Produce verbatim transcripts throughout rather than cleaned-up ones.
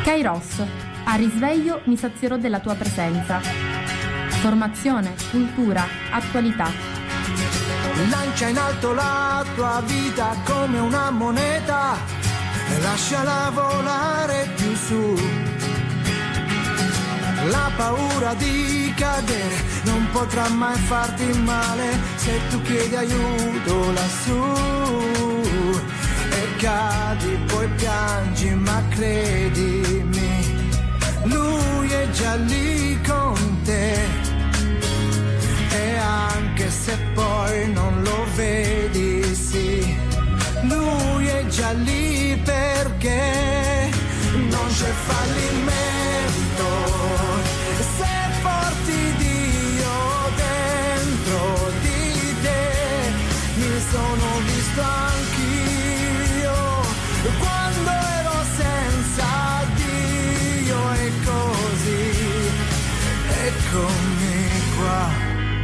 Kairos, a risveglio mi sazierò della tua presenza. Formazione, cultura, attualità. Lancia in alto la tua vita come una moneta e lasciala volare più su. La paura di cadere non potrà mai farti male se tu chiedi aiuto lassù. E cadi, poi piangi, ma credimi, lui è già lì con te. E anche se poi non lo vedi, sì, lui è già lì perché non c'è fallimento se porti Dio dentro di te. Mi sono visto anch'io quando ero senza Dio e così eccomi qua.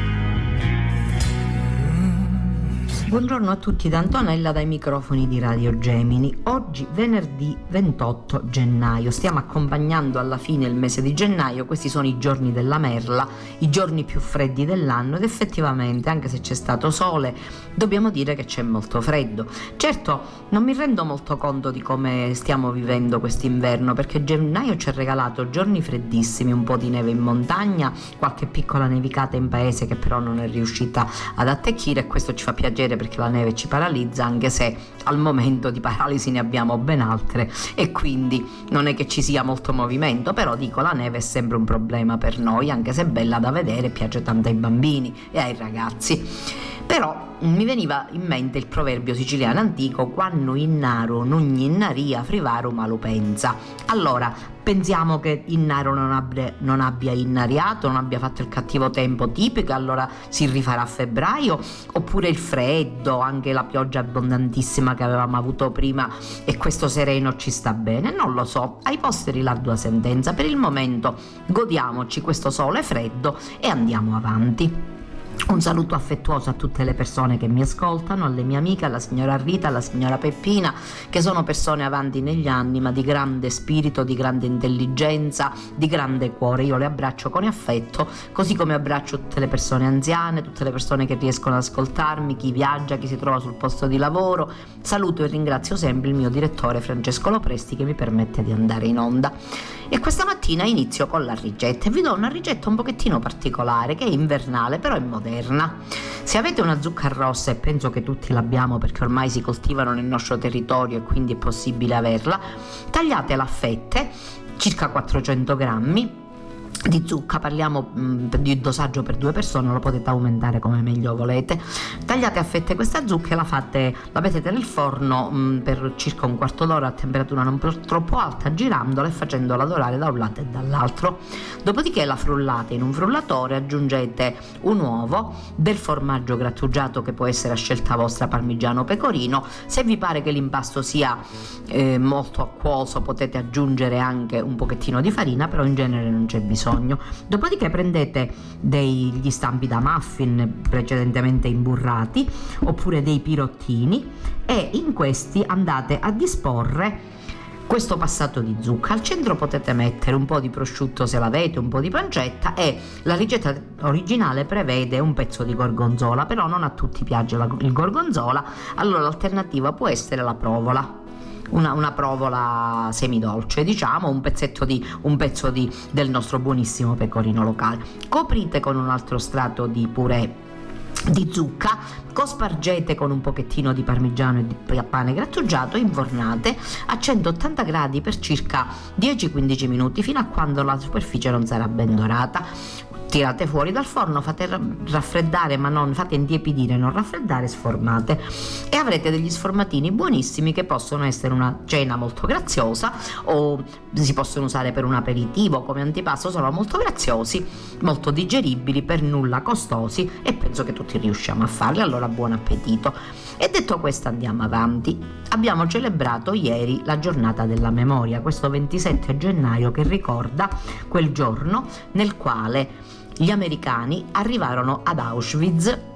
Buongiorno a tutti da Antonella dai microfoni di Radio Gemini. Oggi venerdì ventotto gennaio, stiamo accompagnando alla fine il mese di gennaio. Questi sono i giorni della merla, i giorni più freddi dell'anno, ed effettivamente, anche se c'è stato sole, dobbiamo dire che c'è molto freddo. Certo, non mi rendo molto conto di come stiamo vivendo quest'inverno, perché gennaio ci ha regalato giorni freddissimi, un po' di neve in montagna, qualche piccola nevicata in paese che però non è riuscita ad attecchire, e questo ci fa piacere perché la neve ci paralizza, anche se al momento di paralisi ne abbiamo ben altre e quindi non è che ci sia molto movimento. Però dico, la neve è sempre un problema per noi, anche se è bella da vedere, piace tanto ai bambini e ai ragazzi. Però mi veniva in mente il proverbio siciliano antico: quando innaro non innaria frivaro malupenza. Allora, pensiamo che Innaro non abbia, non abbia innariato, non abbia fatto il cattivo tempo tipico, allora si rifarà a febbraio, oppure il freddo, anche la pioggia abbondantissima che avevamo avuto prima, e questo sereno ci sta bene? Non lo so, ai posteri l'ardua sentenza. Per il momento godiamoci questo sole freddo e andiamo avanti. Un saluto affettuoso a tutte le persone che mi ascoltano, alle mie amiche, alla signora Rita, alla signora Peppina, che sono persone avanti negli anni, ma di grande spirito, di grande intelligenza, di grande cuore. Io le abbraccio con affetto, così come abbraccio tutte le persone anziane, tutte le persone che riescono ad ascoltarmi, chi viaggia, chi si trova sul posto di lavoro. Saluto e ringrazio sempre il mio direttore Francesco Lopresti, che mi permette di andare in onda. E questa mattina inizio con la ricetta, e vi do una ricetta un pochettino particolare, che è invernale però è moderna. Se avete una zucca rossa, e penso che tutti l'abbiamo perché ormai si coltivano nel nostro territorio e quindi è possibile averla, tagliatela a fette, circa quattrocento grammi di zucca. Parliamo mh, di dosaggio per due persone, lo potete aumentare come meglio volete. Tagliate a fette questa zucca e la fate, la mettete nel forno mh, per circa un quarto d'ora a temperatura non troppo alta, girandola e facendola dorare da un lato e dall'altro. Dopodiché la frullate in un frullatore, aggiungete un uovo, del formaggio grattugiato che può essere a scelta vostra, parmigiano o pecorino. Se vi pare che l'impasto sia eh, molto acquoso, potete aggiungere anche un pochettino di farina, però in genere non c'è bisogno. Dopodiché prendete degli stampi da muffin precedentemente imburrati, oppure dei pirottini, e in questi andate a disporre questo passato di zucca. Al centro potete mettere un po' di prosciutto se l'avete, un po' di pancetta, e la ricetta originale prevede un pezzo di gorgonzola, però non a tutti piace la, il gorgonzola, allora l'alternativa può essere la provola. Una, una provola semidolce, diciamo, un pezzetto di un pezzo di, del nostro buonissimo pecorino locale. Coprite con un altro strato di purè di zucca, cospargete con un pochettino di parmigiano e di pane grattugiato, infornate a centottanta gradi per circa dieci quindici minuti, fino a quando la superficie non sarà ben dorata. Tirate fuori dal forno, fate raffreddare, ma non fate intiepidire, non raffreddare, sformate, e avrete degli sformatini buonissimi che possono essere una cena molto graziosa, o si possono usare per un aperitivo come antipasto. Sono molto graziosi, molto digeribili, per nulla costosi, e penso che tutti riusciamo a farli. Allora buon appetito. E detto questo andiamo avanti. Abbiamo celebrato ieri la giornata della memoria, questo ventisette gennaio, che ricorda quel giorno nel quale gli americani arrivarono ad Auschwitz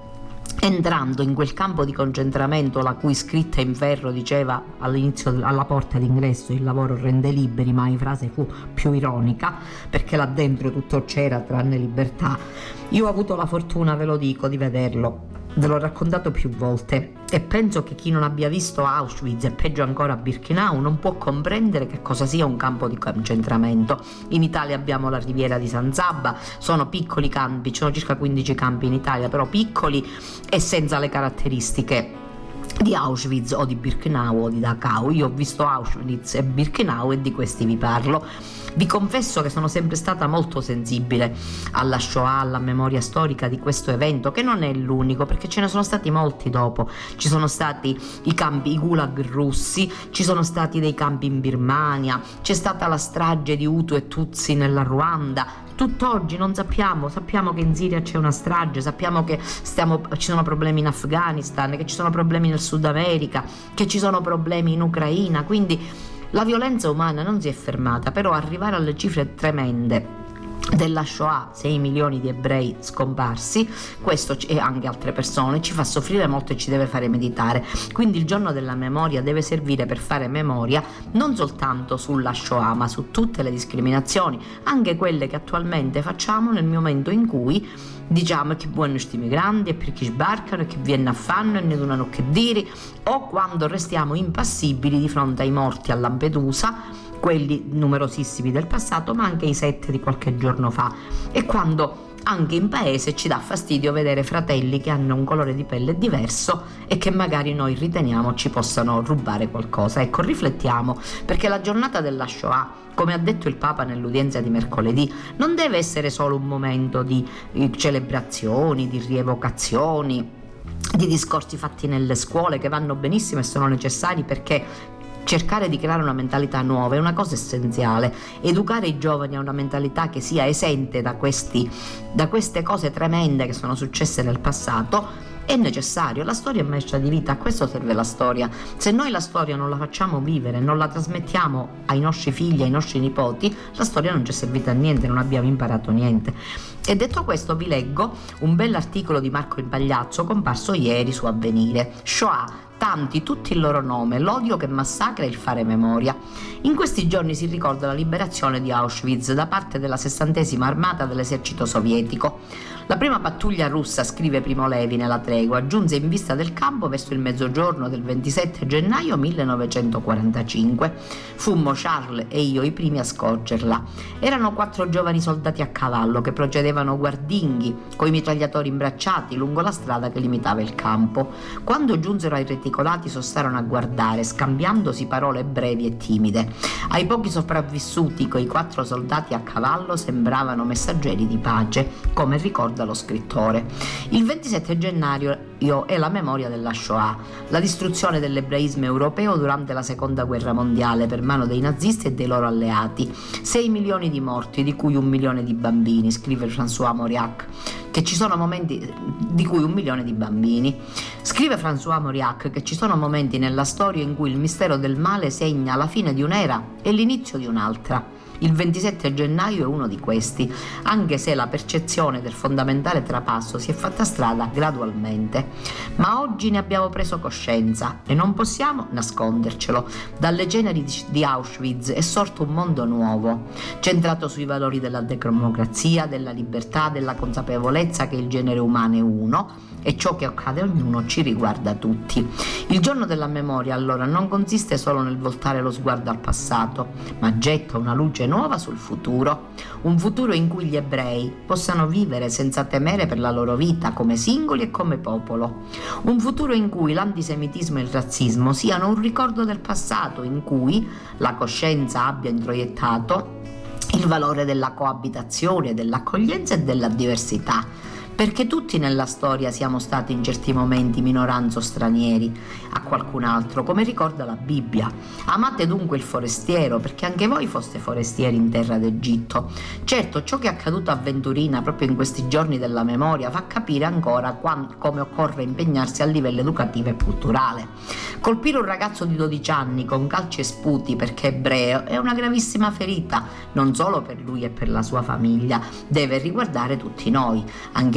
entrando in quel campo di concentramento la cui scritta in ferro diceva all'inizio, alla porta d'ingresso, il lavoro rende liberi, ma la frase fu più ironica perché là dentro tutto c'era tranne libertà. Io ho avuto la fortuna, ve lo dico, di vederlo. Ve l'ho raccontato più volte e penso che chi non abbia visto Auschwitz e peggio ancora Birkenau non può comprendere che cosa sia un campo di concentramento. In Italia abbiamo la riviera di San Sabba, sono piccoli campi, ci sono circa quindici campi in Italia, però piccoli e senza le caratteristiche di Auschwitz o di Birkenau o di Dachau. Io ho visto Auschwitz e Birkenau e di questi vi parlo. Vi confesso che sono sempre stata molto sensibile alla Shoah, alla memoria storica di questo evento, che non è l'unico, perché ce ne sono stati molti dopo. Ci sono stati i campi, i gulag russi, ci sono stati dei campi in Birmania, c'è stata la strage di Hutu e Tutsi nella Ruanda. Tutt'oggi non sappiamo, sappiamo che in Siria c'è una strage, sappiamo che stiamo, ci sono problemi in Afghanistan, che ci sono problemi nel Sud America, che ci sono problemi in Ucraina, quindi la violenza umana non si è fermata, però arrivare alle cifre tremende della Shoah, sei milioni di ebrei scomparsi, questo e anche altre persone, ci fa soffrire molto e ci deve fare meditare. Quindi il giorno della memoria deve servire per fare memoria non soltanto sulla Shoah, ma su tutte le discriminazioni, anche quelle che attualmente facciamo nel momento in cui diciamo che buoni questi migranti e perché sbarcano e che viene a fanno e ne donano che dire, o quando restiamo impassibili di fronte ai morti a Lampedusa, quelli numerosissimi del passato ma anche i sette di qualche giorno fa, e quando anche in paese ci dà fastidio vedere fratelli che hanno un colore di pelle diverso e che magari noi riteniamo ci possano rubare qualcosa. Ecco, riflettiamo, perché la giornata della Shoah, come ha detto il Papa nell'udienza di mercoledì, non deve essere solo un momento di eh, celebrazioni, di rievocazioni, di discorsi fatti nelle scuole che vanno benissimo e sono necessari, perché cercare di creare una mentalità nuova è una cosa essenziale. Educare i giovani a una mentalità che sia esente da, questi, da queste cose tremende che sono successe nel passato è necessario. La storia è maestra di vita, a questo serve la storia. Se noi la storia non la facciamo vivere, non la trasmettiamo ai nostri figli, ai nostri nipoti, la storia non ci è servita a niente, non abbiamo imparato niente. E detto questo vi leggo un bell'articolo di Marco Impagliazzo comparso ieri su Avvenire. Shoah, tanti, tutti il loro nome, l'odio che massacra e il fare memoria. In questi giorni si ricorda la liberazione di Auschwitz da parte della sessantesima armata dell'esercito sovietico. La prima pattuglia russa, scrive Primo Levi nella tregua, giunse in vista del campo verso il mezzogiorno del ventisette gennaio millenovecentoquarantacinque. Fummo Charles e io i primi a scorgerla. Erano quattro giovani soldati a cavallo che procedevano guardinghi, coi mitragliatori imbracciati, lungo la strada che limitava il campo. Quando giunsero ai reticolati sostarono a guardare, scambiandosi parole brevi e timide. Ai pochi sopravvissuti, coi quattro soldati a cavallo sembravano messaggeri di pace, come ricorda lo scrittore. Il ventisette gennaio è la memoria della Shoah, la distruzione dell'ebraismo europeo durante la seconda guerra mondiale per mano dei nazisti e dei loro alleati. sei milioni di morti, di cui un milione di bambini, scrive François Mauriac, che ci sono momenti di cui un milione di bambini. Scrive François Mauriac che ci sono momenti nella storia in cui il mistero del male segna la fine di un'era e l'inizio di un'altra. Il ventisette gennaio è uno di questi, anche se la percezione del fondamentale trapasso si è fatta strada gradualmente. Ma oggi ne abbiamo preso coscienza e non possiamo nascondercelo. Dalle ceneri di Auschwitz è sorto un mondo nuovo, centrato sui valori della democrazia, della libertà, della consapevolezza che il genere umano è uno e ciò che accade a ognuno ci riguarda tutti. Il giorno della memoria allora non consiste solo nel voltare lo sguardo al passato, ma getta una luce nuova sul futuro, un futuro in cui gli ebrei possano vivere senza temere per la loro vita come singoli e come popolo, un futuro in cui l'antisemitismo e il razzismo siano un ricordo del passato, in cui la coscienza abbia introiettato il valore della coabitazione, dell'accoglienza e della diversità, perché tutti nella storia siamo stati in certi momenti minoranza o stranieri a qualcun altro, come ricorda la Bibbia. Amate dunque il forestiero, perché anche voi foste forestieri in terra d'Egitto. Certo, ciò che è accaduto a Venturina proprio in questi giorni della memoria fa capire ancora quando, come occorre impegnarsi a livello educativo e culturale. Colpire un ragazzo di dodici anni con calci e sputi perché è ebreo è una gravissima ferita, non solo per lui e per la sua famiglia, deve riguardare tutti noi, anche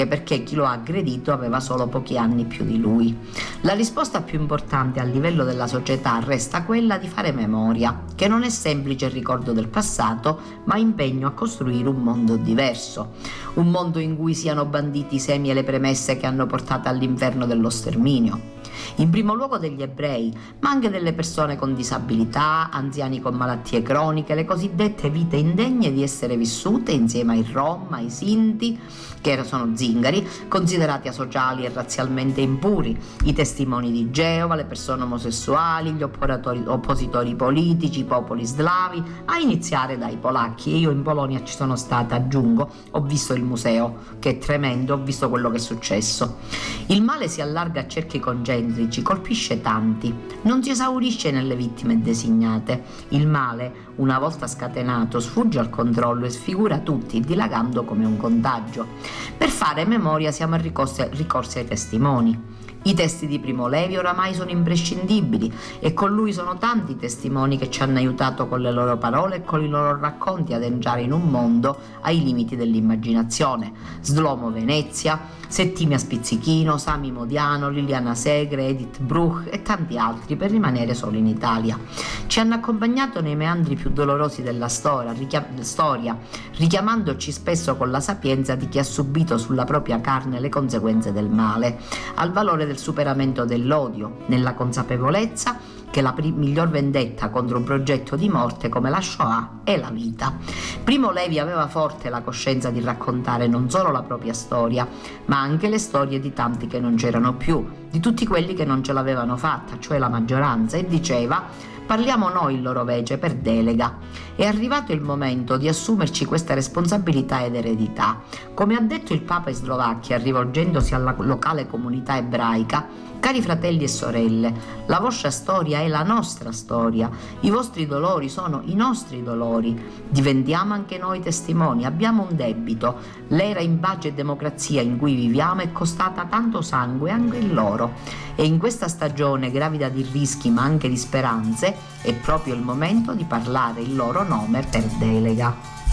perché chi lo ha aggredito aveva solo pochi anni più di lui. La risposta più importante a livello della società resta quella di fare memoria, che non è semplice il ricordo del passato, ma impegno a costruire un mondo diverso, un mondo in cui siano banditi i semi e le premesse che hanno portato all'inferno dello sterminio. In primo luogo degli ebrei, ma anche delle persone con disabilità, anziani con malattie croniche, le cosiddette vite indegne di essere vissute insieme ai Rom, ai Sinti, che sono zingari, considerati asociali e razzialmente impuri, i testimoni di Geova, le persone omosessuali, gli opporatori, oppositori politici, i popoli slavi, a iniziare dai polacchi. E io in Polonia ci sono stata, aggiungo, ho visto il museo, che è tremendo, ho visto quello che è successo. Il male si allarga a cerchi concentrici, colpisce tanti, non si esaurisce nelle vittime designate. Il male, una volta scatenato, sfugge al controllo e sfigura tutti, dilagando come un contagio. Per fare memoria siamo ricorsi, ricorsi ai testimoni. I testi di Primo Levi oramai sono imprescindibili e con lui sono tanti i testimoni che ci hanno aiutato con le loro parole e con i loro racconti ad entrare in un mondo ai limiti dell'immaginazione. Shlomo Venezia, Settimia Spizzichino, Sami Modiano, Liliana Segre, Edith Bruch e tanti altri, per rimanere solo in Italia. Ci hanno accompagnato nei meandri più dolorosi della storia, richiam- storia, richiamandoci spesso con la sapienza di chi ha subito sulla propria carne le conseguenze del male, al valore del superamento dell'odio, nella consapevolezza che la pri- miglior vendetta contro un progetto di morte come la Shoah è la vita. Primo Levi aveva forte la coscienza di raccontare non solo la propria storia, ma anche le storie di tanti che non c'erano più, di tutti quelli che non ce l'avevano fatta, cioè la maggioranza, e diceva: parliamo noi in loro vece per delega. È arrivato il momento di assumerci questa responsabilità ed eredità. Come ha detto il Papa in Slovacchia, rivolgendosi alla locale comunità ebraica: cari fratelli e sorelle, la vostra storia è la nostra storia, i vostri dolori sono i nostri dolori. Diventiamo anche noi testimoni, abbiamo un debito. L'era in pace e democrazia in cui viviamo è costata tanto sangue anche il loro. E in questa stagione gravida di rischi ma anche di speranze è proprio il momento di parlare il loro nome per delega.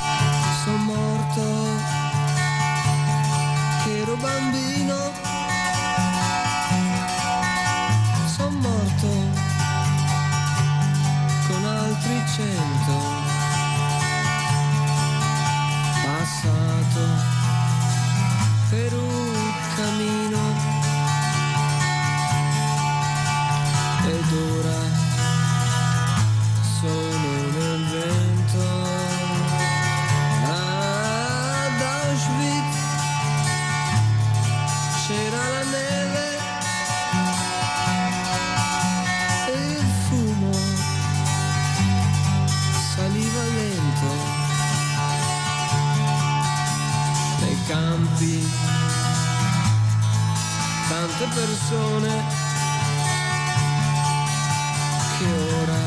Sono morto, che ero bambino, sono morto con altri cento, passato per un cammino ed ora sono nel vento. Ad Auschwitz c'era la neve e il fumo saliva lento nei campi, tante persone che ora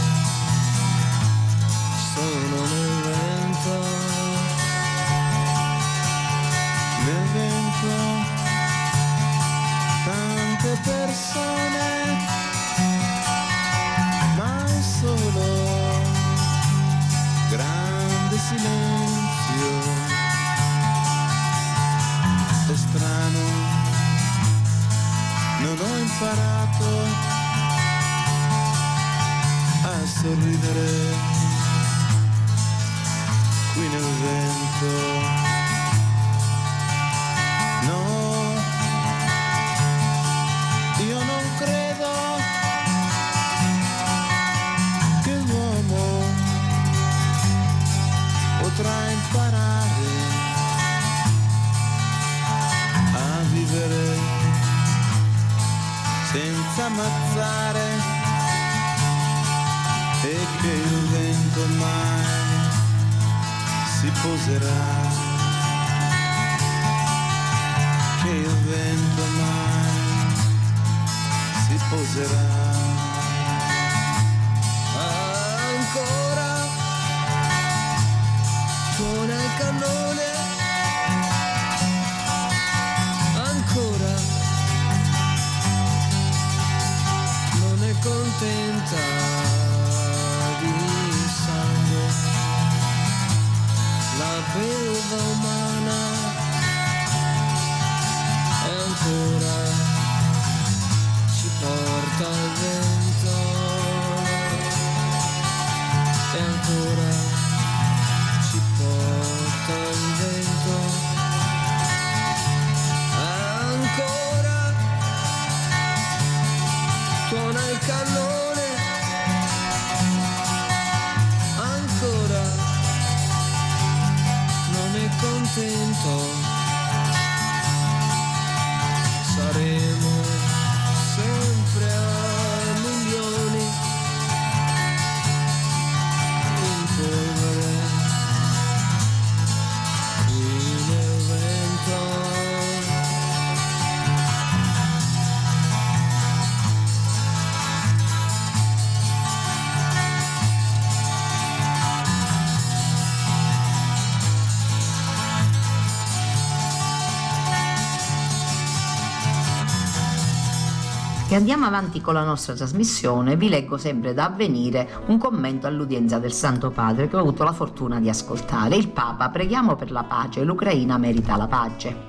sono nel vento, nel vento, tante persone, ma è solo grande silenzio. È strano, non ho imparato a sorridere qui nel vento. No, io non credo che l'uomo potrà imparare a vivere senza ammazzare, e che il vento mai si poserà, che il vento mai si poserà. Ancora suona il cannone, ancora non è contenta la belva umana, E andiamo avanti con la nostra trasmissione. Vi leggo sempre da Avvenire un commento all'udienza del Santo Padre che ho avuto la fortuna di ascoltare. Il Papa: preghiamo per la pace, l'Ucraina merita la pace.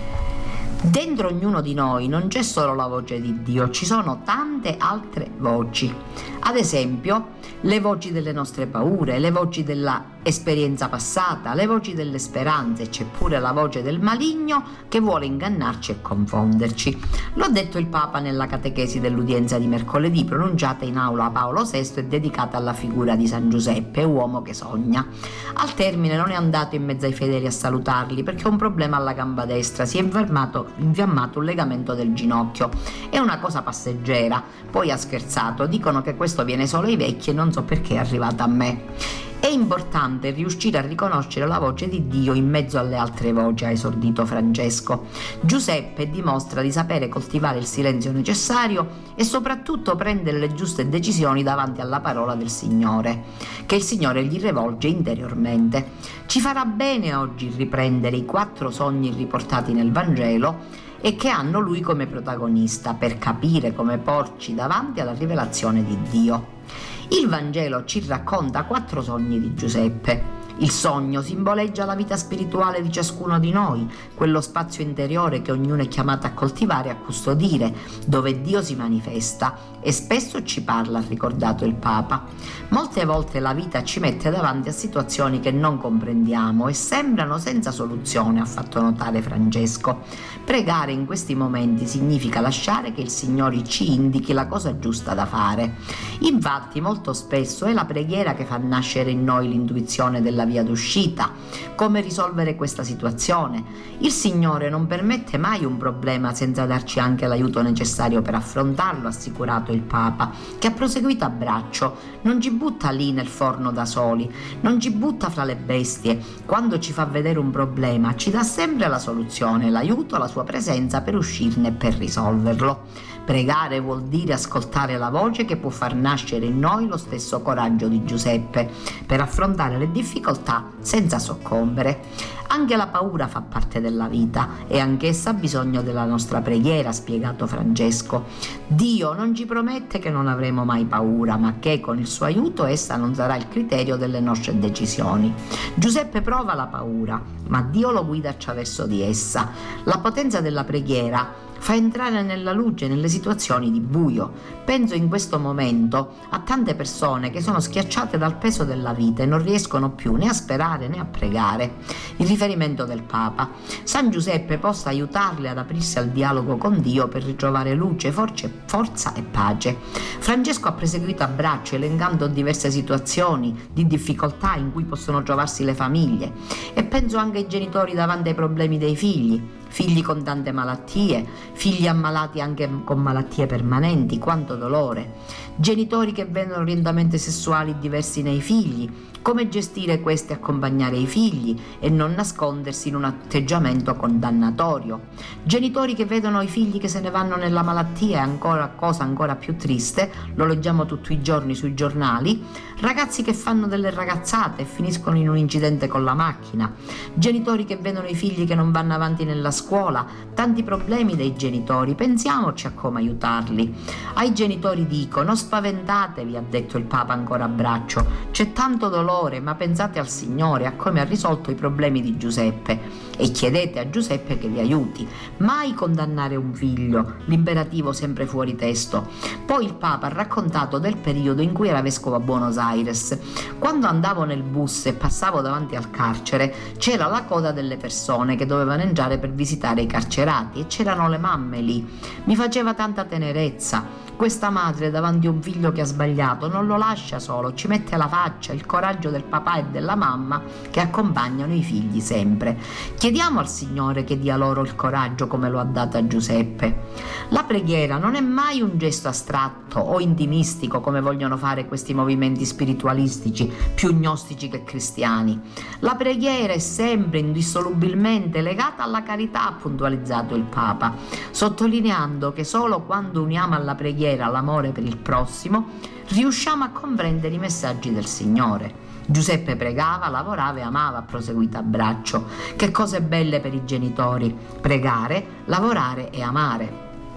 Dentro ognuno di noi non c'è solo la voce di Dio, ci sono tante altre voci. Ad esempio, le voci delle nostre paure, le voci della esperienza passata, le voci delle speranze, c'è pure la voce del maligno che vuole ingannarci e confonderci. L'ha detto il Papa nella catechesi dell'udienza di mercoledì, pronunciata in aula a Paolo sesto e dedicata alla figura di San Giuseppe, uomo che sogna. Al termine non è andato in mezzo ai fedeli a salutarli perché ha un problema alla gamba destra, si è infiammato, infiammato un legamento del ginocchio. È una cosa passeggera. Poi ha scherzato: dicono che questo viene solo ai vecchi e non so perché è arrivata a me. È importante riuscire a riconoscere la voce di Dio in mezzo alle altre voci, ha esordito Francesco. Giuseppe dimostra di sapere coltivare il silenzio necessario e soprattutto prendere le giuste decisioni davanti alla parola del Signore, che il Signore gli rivolge interiormente. Ci farà bene oggi riprendere i quattro sogni riportati nel Vangelo e che hanno lui come protagonista, per capire come porci davanti alla rivelazione di Dio. Il Vangelo ci racconta quattro sogni di Giuseppe. Il sogno simboleggia la vita spirituale di ciascuno di noi, quello spazio interiore che ognuno è chiamato a coltivare e a custodire, dove Dio si manifesta e spesso ci parla, ha ricordato il Papa. Molte volte la vita ci mette davanti a situazioni che non comprendiamo e sembrano senza soluzione, ha fatto notare Francesco. Pregare in questi momenti significa lasciare che il Signore ci indichi la cosa giusta da fare. Infatti molto spesso è la preghiera che fa nascere in noi l'intuizione della via d'uscita. Come risolvere questa situazione? Il Signore non permette mai un problema senza darci anche l'aiuto necessario per affrontarlo, ha assicurato il Papa, che ha proseguito a braccio. Non ci butta lì nel forno da soli, non ci butta fra le bestie. Quando ci fa vedere un problema ci dà sempre la soluzione, l'aiuto, la sua presenza per uscirne e per risolverlo. Pregare vuol dire ascoltare la voce che può far nascere in noi lo stesso coraggio di Giuseppe per affrontare le difficoltà senza soccombere. Anche la paura fa parte della vita e anch'essa ha bisogno della nostra preghiera, ha spiegato Francesco. Dio non ci promette che non avremo mai paura, ma che con il suo aiuto essa non sarà il criterio delle nostre decisioni. Giuseppe prova la paura, ma Dio lo guida attraverso di essa. La potenza della preghiera fa entrare nella luce nelle situazioni di buio. Penso in questo momento a tante persone che sono schiacciate dal peso della vita e non riescono più né a sperare né a pregare. Il riferimento del Papa: San Giuseppe possa aiutarle ad aprirsi al dialogo con Dio per ritrovare luce, forza, forza e pace. Francesco ha proseguito a braccio elencando diverse situazioni di difficoltà in cui possono trovarsi le famiglie, e penso anche ai genitori davanti ai problemi dei figli. Figli con tante malattie, figli ammalati anche con malattie permanenti, quanto dolore. Genitori che vedono orientamenti sessuali diversi nei figli, come gestire questi e accompagnare i figli e non nascondersi in un atteggiamento condannatorio. Genitori che vedono i figli che se ne vanno nella malattia, e ancora cosa ancora più triste, lo leggiamo tutti i giorni sui giornali, ragazzi che fanno delle ragazzate e finiscono in un incidente con la macchina. Genitori che vedono i figli che non vanno avanti nella scuola, tanti problemi dei genitori, pensiamoci a come aiutarli. Ai genitori dico: non spaventatevi, ha detto il Papa ancora a braccio, c'è tanto dolore, ma pensate al Signore, a come ha risolto i problemi di Giuseppe, e chiedete a Giuseppe che vi aiuti. Mai condannare un figlio, l'imperativo sempre fuori testo. Poi il Papa ha raccontato del periodo in cui era vescovo a Buenos Aires. Quando andavo nel bus e passavo davanti al carcere, c'era la coda delle persone che dovevano entrare per visitare i carcerati e c'erano le mamme lì. Mi faceva tanta tenerezza. Questa madre davanti a un figlio che ha sbagliato non lo lascia solo, ci mette la faccia, il coraggio del papà e della mamma che accompagnano i figli sempre. Chiediamo al Signore che dia loro il coraggio come lo ha dato a Giuseppe. La preghiera non è mai un gesto astratto o intimistico come vogliono fare questi movimenti spiritualistici più gnostici che cristiani. La preghiera è sempre indissolubilmente legata alla carità, ha puntualizzato il Papa, sottolineando che solo quando uniamo alla preghiera l'amore per il prossimo riusciamo a comprendere i messaggi del Signore. Giuseppe pregava, lavorava e amava, ha proseguito a braccio. Che cose belle per i genitori: pregare, lavorare e amare.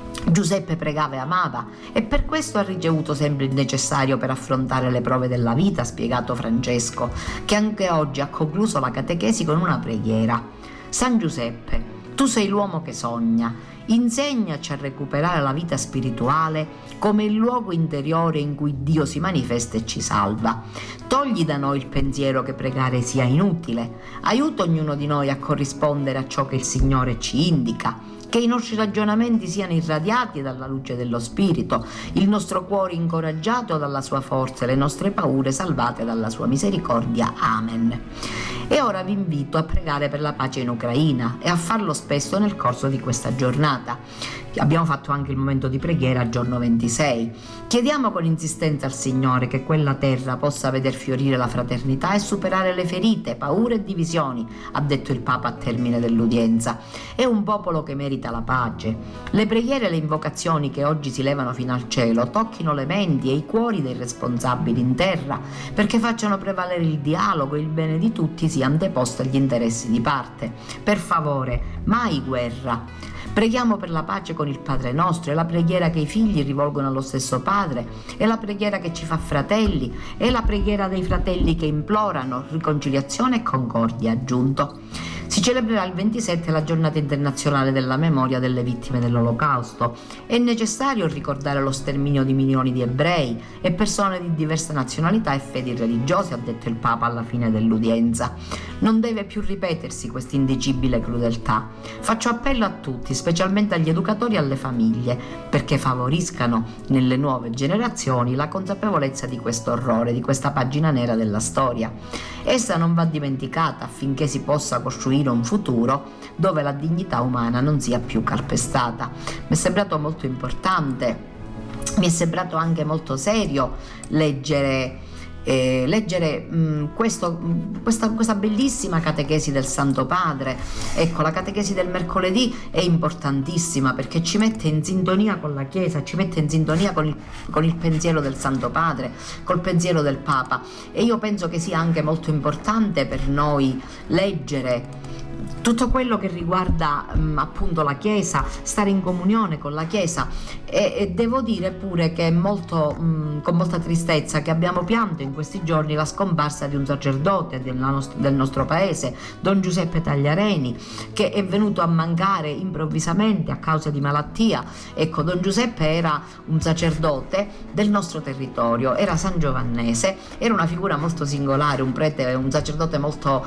Giuseppe pregava e amava e per questo ha ricevuto sempre il necessario per affrontare le prove della vita, ha spiegato Francesco, che anche oggi ha concluso la catechesi con una preghiera. San Giuseppe, tu sei l'uomo che sogna, insegnaci a recuperare la vita spirituale come il luogo interiore in cui Dio si manifesta e ci salva. Togli da noi il pensiero che pregare sia inutile, aiuta ognuno di noi a corrispondere a ciò che il Signore ci indica, che i nostri ragionamenti siano irradiati dalla luce dello Spirito, il nostro cuore incoraggiato dalla sua forza e le nostre paure salvate dalla sua misericordia. Amen. E ora vi invito a pregare per la pace in Ucraina e a farlo spesso nel corso di questa giornata. Abbiamo fatto anche il momento di preghiera giorno ventisei. Chiediamo con insistenza al Signore che quella terra possa veder fiorire la fraternità e superare le ferite, paure e divisioni, ha detto il Papa a termine dell'udienza. È un popolo che merita la pace. Le preghiere e le invocazioni che oggi si levano fino al cielo tocchino le menti e i cuori dei responsabili in terra, perché facciano prevalere il dialogo e il bene di tutti sia anteposto agli interessi di parte. Per favore, mai guerra. Preghiamo per la pace con il Padre nostro, è la preghiera che i figli rivolgono allo stesso Padre, è la preghiera che ci fa fratelli, è la preghiera dei fratelli che implorano riconciliazione e concordia, aggiunto. Si celebrerà il ventisette la giornata internazionale della memoria delle vittime dell'Olocausto. È necessario ricordare lo sterminio di milioni di ebrei e persone di diverse nazionalità e fedi religiose, ha detto il Papa alla fine dell'udienza. Non deve più ripetersi questa indicibile crudeltà. Faccio appello a tutti, specialmente agli educatori e alle famiglie, perché favoriscano nelle nuove generazioni la consapevolezza di questo orrore, di questa pagina nera della storia. Essa non va dimenticata affinché si possa costruire un futuro dove la dignità umana non sia più calpestata. Mi è sembrato molto importante, mi è sembrato anche molto serio leggere Eh, leggere mh, questo, mh, questa, questa bellissima catechesi del Santo Padre. Ecco, la catechesi del mercoledì è importantissima perché ci mette in sintonia con la Chiesa, ci mette in sintonia con il, con il pensiero del Santo Padre, col pensiero del Papa, e io penso che sia anche molto importante per noi leggere tutto quello che riguarda mh, appunto la Chiesa, stare in comunione con la Chiesa, e, e devo dire pure che è molto, mh, con molta tristezza che abbiamo pianto in questi giorni la scomparsa di un sacerdote della nost- del nostro paese, Don Giuseppe Tagliareni, che è venuto a mancare improvvisamente a causa di malattia. Ecco, Don Giuseppe era un sacerdote del nostro territorio, era sangiovannese, era una figura molto singolare, un prete, un sacerdote molto,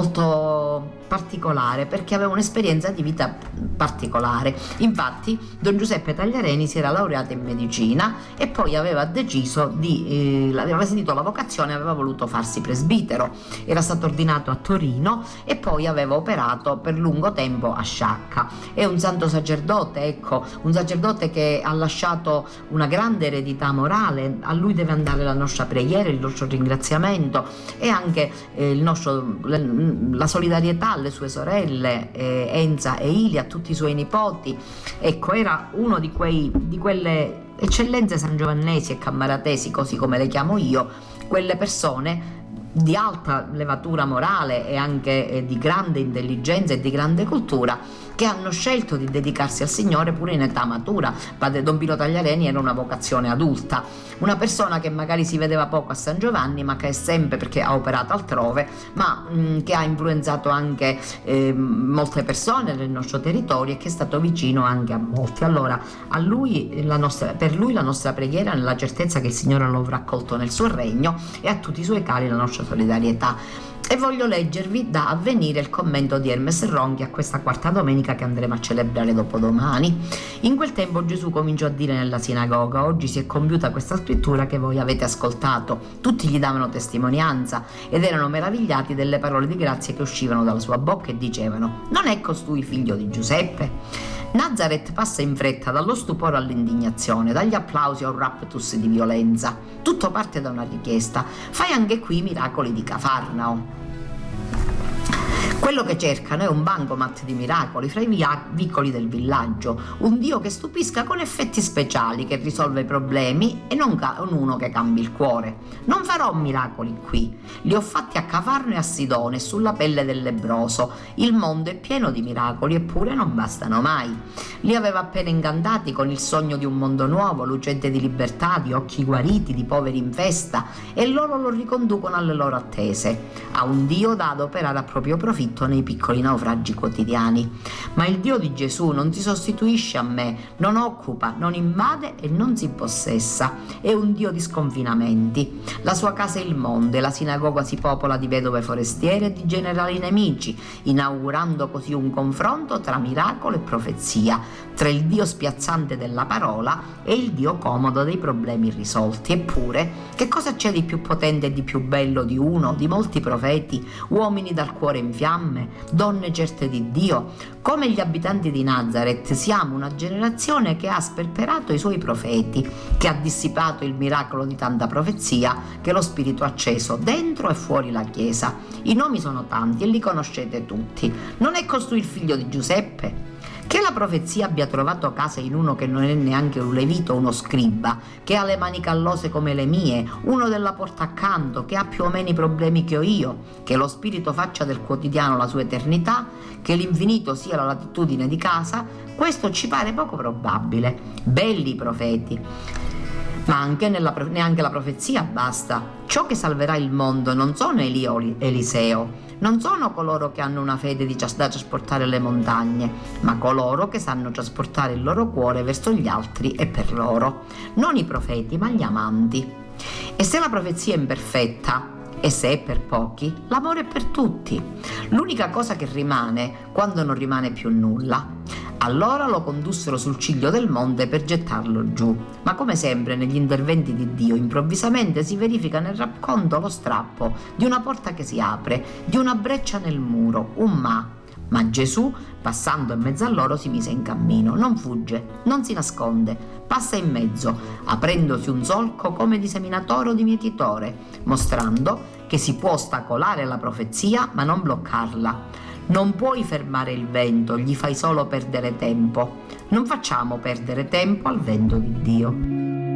molto particolare, perché aveva un'esperienza di vita particolare. Infatti Don Giuseppe Tagliareni si era laureato in medicina e poi aveva deciso di eh, aveva sentito la vocazione e aveva voluto farsi presbitero. Era stato ordinato a Torino e poi aveva operato per lungo tempo a Sciacca. È un santo sacerdote, ecco, un sacerdote che ha lasciato una grande eredità morale. A lui deve andare la nostra preghiera, il nostro ringraziamento e anche eh, il nostro, la solidarietà alle sue sorelle eh, Enza e Ilia, a tutti i suoi nipoti. Ecco, era uno di quei di quelle eccellenze sangiovannesi e cammaratesi, così come le chiamo io, quelle persone di alta levatura morale e anche eh, di grande intelligenza e di grande cultura, che hanno scelto di dedicarsi al Signore pure in età matura. Padre Don Pino Tagliareni era una vocazione adulta, una persona che magari si vedeva poco a San Giovanni, ma che è sempre, perché ha operato altrove, ma mh, che ha influenzato anche eh, molte persone nel nostro territorio e che è stato vicino anche a molti. Allora, a lui, la nostra, per lui la nostra preghiera, nella certezza che il Signore lo avrà accolto nel suo regno, e a tutti i suoi cari la nostra solidarietà. E voglio leggervi da Avvenire il commento di Hermes Ronchi a questa quarta domenica che andremo a celebrare dopodomani. In quel tempo Gesù cominciò a dire nella sinagoga: oggi si è compiuta questa scrittura che voi avete ascoltato. Tutti gli davano testimonianza ed erano meravigliati delle parole di grazia che uscivano dalla sua bocca e dicevano: non è costui figlio di Giuseppe? Nazareth passa in fretta dallo stupore all'indignazione, dagli applausi a un raptus di violenza. Tutto parte da una richiesta: fai anche qui i miracoli di Cafarnao. Quello che cercano è un bancomat di miracoli fra i via- vicoli del villaggio, un Dio che stupisca con effetti speciali, che risolve i problemi e non ca- uno che cambi il cuore. Non farò miracoli qui, li ho fatti a Cafarno e a Sidone, sulla pelle del lebbroso. Il mondo è pieno di miracoli, eppure non bastano mai. Li aveva appena incantati con il sogno di un mondo nuovo, lucente di libertà, di occhi guariti, di poveri in festa, e loro lo riconducono alle loro attese, a un Dio da adoperare a proprio profitto nei piccoli naufragi quotidiani. Ma il Dio di Gesù non si sostituisce a me, non occupa, non invade e non si impossessa. È un Dio di sconfinamenti. La sua casa è il mondo e la sinagoga si popola di vedove forestiere e di generali nemici, inaugurando così un confronto tra miracolo e profezia, tra il Dio spiazzante della parola e il Dio comodo dei problemi irrisolti. Eppure, che cosa c'è di più potente e di più bello di uno, di molti profeti, uomini dal cuore in fiamme, donne certe di Dio? Come gli abitanti di Nazareth siamo una generazione che ha sperperato i suoi profeti, che ha dissipato il miracolo di tanta profezia che lo Spirito ha acceso dentro e fuori la Chiesa. I nomi sono tanti e li conoscete tutti. Non è costui il figlio di Giuseppe? Che la profezia abbia trovato casa in uno che non è neanche un levito, uno scriba, che ha le mani callose come le mie, uno della porta accanto, che ha più o meno i problemi che ho io, che lo Spirito faccia del quotidiano la sua eternità, che l'infinito sia la latitudine di casa, questo ci pare poco probabile. Belli i profeti, ma anche nella, neanche la profezia basta. Ciò che salverà il mondo non sono Elio o Eliseo, non sono coloro che hanno una fede di da trasportare le montagne, ma coloro che sanno trasportare il loro cuore verso gli altri e per loro. Non i profeti, ma gli amanti. E se la profezia è imperfetta, e se è per pochi, l'amore è per tutti. L'unica cosa che rimane quando non rimane più nulla. Allora lo condussero sul ciglio del monte per gettarlo giù. Ma come sempre negli interventi di Dio, improvvisamente si verifica nel racconto lo strappo di una porta che si apre, di una breccia nel muro, un ma. Ma Gesù, passando in mezzo a loro, si mise in cammino. Non fugge, non si nasconde, passa in mezzo, aprendosi un solco come di seminatore o di mietitore, mostrando che si può ostacolare la profezia ma non bloccarla. Non puoi fermare il vento, gli fai solo perdere tempo. Non facciamo perdere tempo al vento di Dio.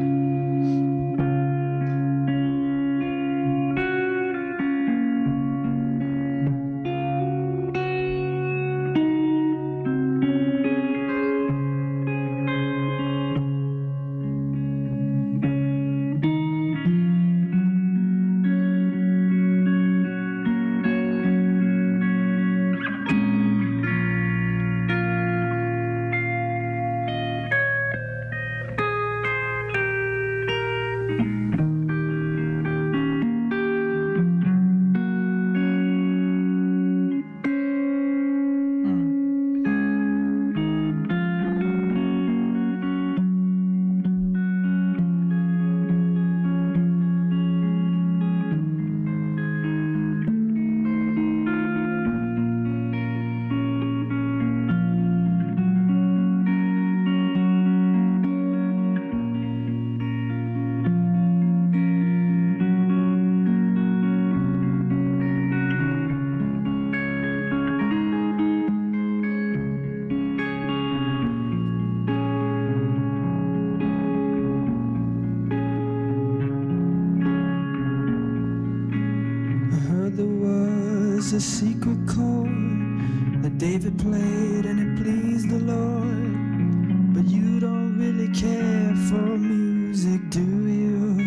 A secret chord that David played and it pleased the Lord. But you don't really care for music, do you?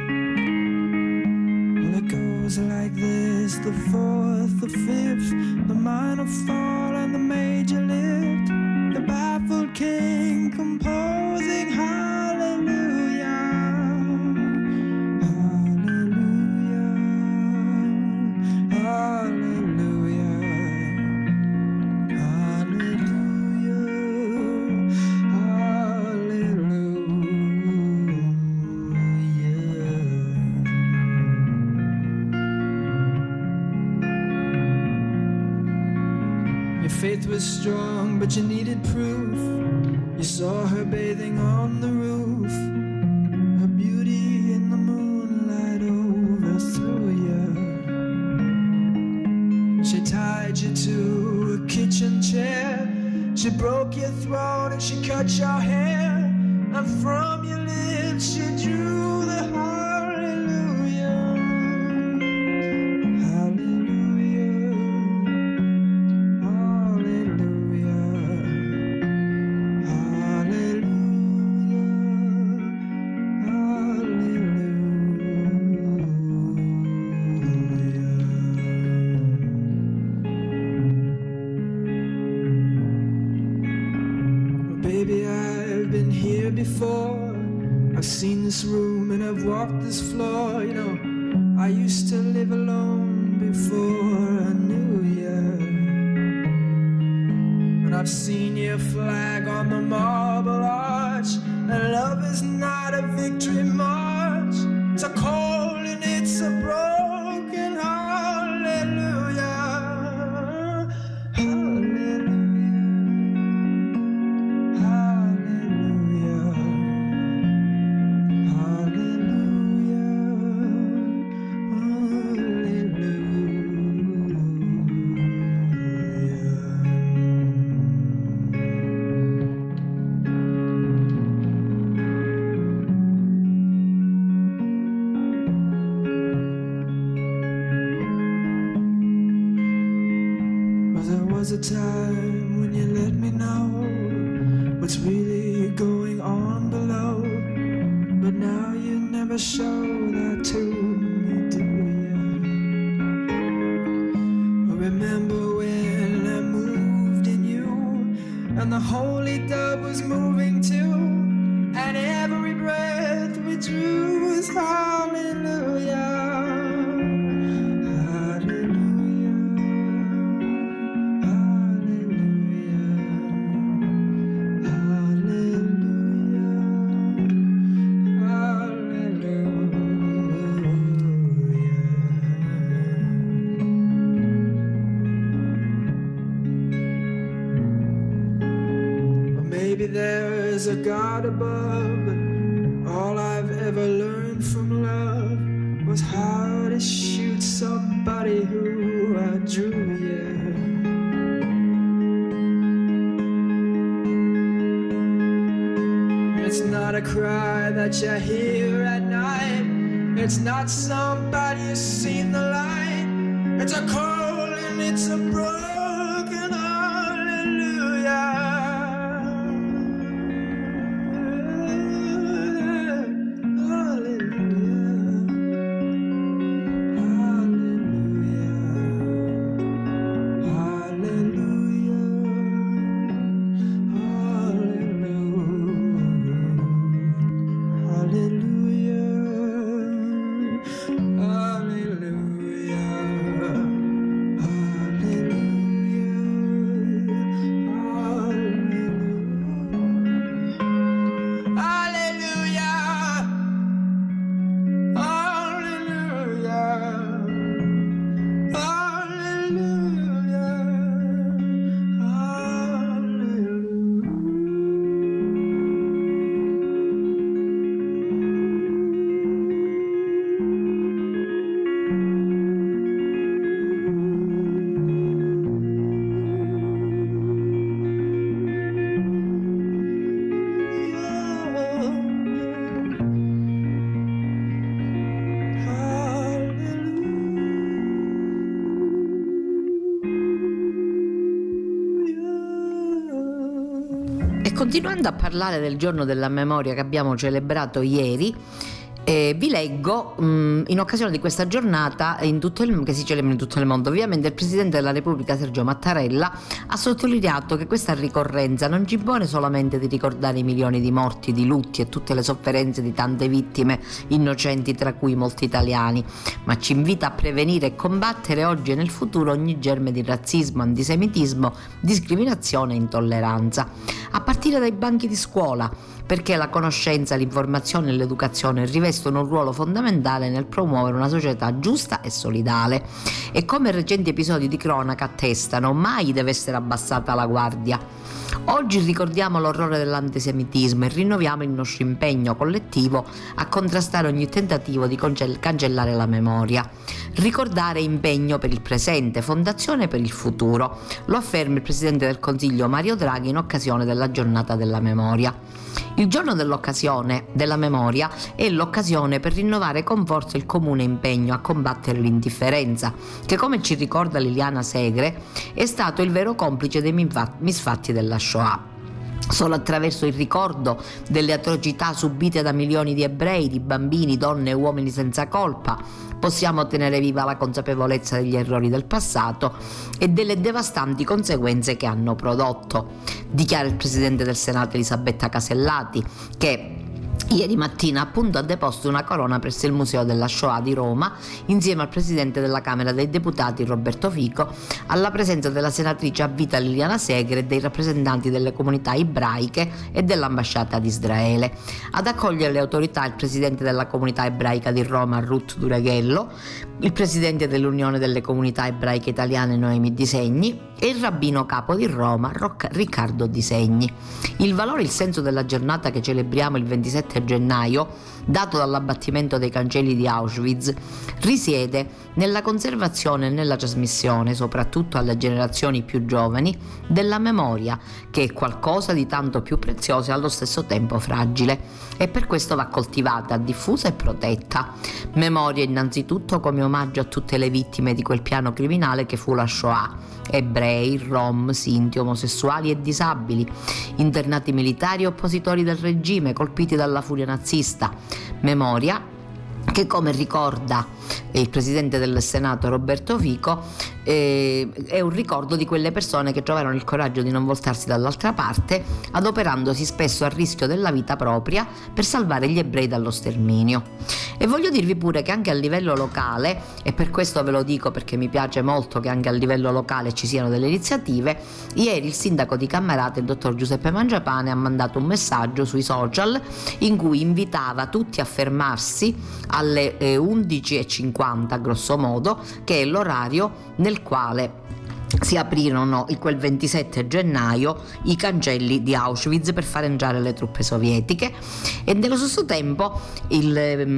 Well, it goes like this: the fourth, the fifth, the minor fall and the major lift, the baffled king composing hallelujah. Faith was strong, but you needed proof. You saw her bathing on the roof, her beauty in the moonlight overthrew you. She tied tied you to a kitchen chair. She broke your throat and she cut your hair, and from your lips she drew the hallelujah, hallelujah, hallelujah, hallelujah, hallelujah. Baby, I've been here before. I've seen this room and I've walked this floor. You know, I used to live alone before I knew you. And I've seen your flag on the marble arch. And love is not a victory march. It's a cold and it's a broken hallelujah, hallelujah. Was a time when you let me know what's really going on below, but now you never show that to me, do you? Remember when I moved in you, and the holy dove was moving too, and every breath we drew was hallelujah. Maybe there's a God above, but all I've ever learned from love was how to shoot somebody who I drew, yeah. It's not a cry that you hear at night. It's not somebody who's seen the light. It's a cold and it's a broken hallelujah. Continuando a parlare del giorno della memoria che abbiamo celebrato ieri, eh, vi leggo mh, in occasione di questa giornata in tutto il, che si celebra in tutto il mondo, ovviamente il Presidente della Repubblica Sergio Mattarella ha sottolineato che questa ricorrenza non ci impone solamente di ricordare i milioni di morti, di lutti e tutte le sofferenze di tante vittime innocenti, tra cui molti italiani, ma ci invita a prevenire e combattere oggi e nel futuro ogni germe di razzismo, antisemitismo, discriminazione e intolleranza, a partire dai banchi di scuola, perché la conoscenza, l'informazione e l'educazione rivestono un ruolo fondamentale nel promuovere una società giusta e solidale. E come recenti episodi di cronaca attestano, mai deve essere abbassata la guardia. Oggi ricordiamo l'orrore dell'antisemitismo e rinnoviamo il nostro impegno collettivo a contrastare ogni tentativo di cancellare la memoria. Ricordare impegno per il presente, fondazione per il futuro. Lo afferma il Presidente del Consiglio Mario Draghi in occasione della Giornata della Memoria. Il giorno dell'occasione della memoria è l'occasione per rinnovare con forza il comune impegno a combattere l'indifferenza, che, come ci ricorda Liliana Segre, è stato il vero complice dei misfatti della Shoah. Solo attraverso il ricordo delle atrocità subite da milioni di ebrei, di bambini, donne e uomini senza colpa, possiamo tenere viva la consapevolezza degli errori del passato e delle devastanti conseguenze che hanno prodotto, dichiara il Presidente del Senato Elisabetta Casellati, che ieri mattina appunto ha deposto una corona presso il Museo della Shoah di Roma insieme al Presidente della Camera dei Deputati Roberto Fico, alla presenza della senatrice a vita Liliana Segre e dei rappresentanti delle comunità ebraiche e dell'ambasciata di Israele. Ad accogliere le autorità il Presidente della Comunità Ebraica di Roma Ruth Dureghello, il Presidente dell'Unione delle Comunità Ebraiche Italiane Noemi Di Segni e il Rabbino Capo di Roma Riccardo Di Segni. Il valore e il senso della giornata che celebriamo il ventisette gennaio, dato dall'abbattimento dei cancelli di Auschwitz, risiede nella conservazione e nella trasmissione, soprattutto alle generazioni più giovani, della memoria, che è qualcosa di tanto più prezioso e allo stesso tempo fragile, e per questo va coltivata, diffusa e protetta. Memoria innanzitutto come omaggio a tutte le vittime di quel piano criminale che fu la Shoah: ebrei, rom, sinti, omosessuali e disabili, internati militari e oppositori del regime colpiti dalla furia nazista. Memoria che, come ricorda il Presidente del Senato Roberto Fico, eh, è un ricordo di quelle persone che trovarono il coraggio di non voltarsi dall'altra parte, adoperandosi spesso a rischio della vita propria per salvare gli ebrei dallo sterminio. E voglio dirvi pure che anche a livello locale, e per questo ve lo dico perché mi piace molto che anche a livello locale ci siano delle iniziative, ieri il sindaco di Cammarata, il dottor Giuseppe Mangiapane, ha mandato un messaggio sui social in cui invitava tutti a fermarsi alle eh, undici e cinquanta grosso modo, che è l'orario nel quale si aprirono quel ventisette gennaio i cancelli di Auschwitz per far entrare le truppe sovietiche. E nello stesso tempo il,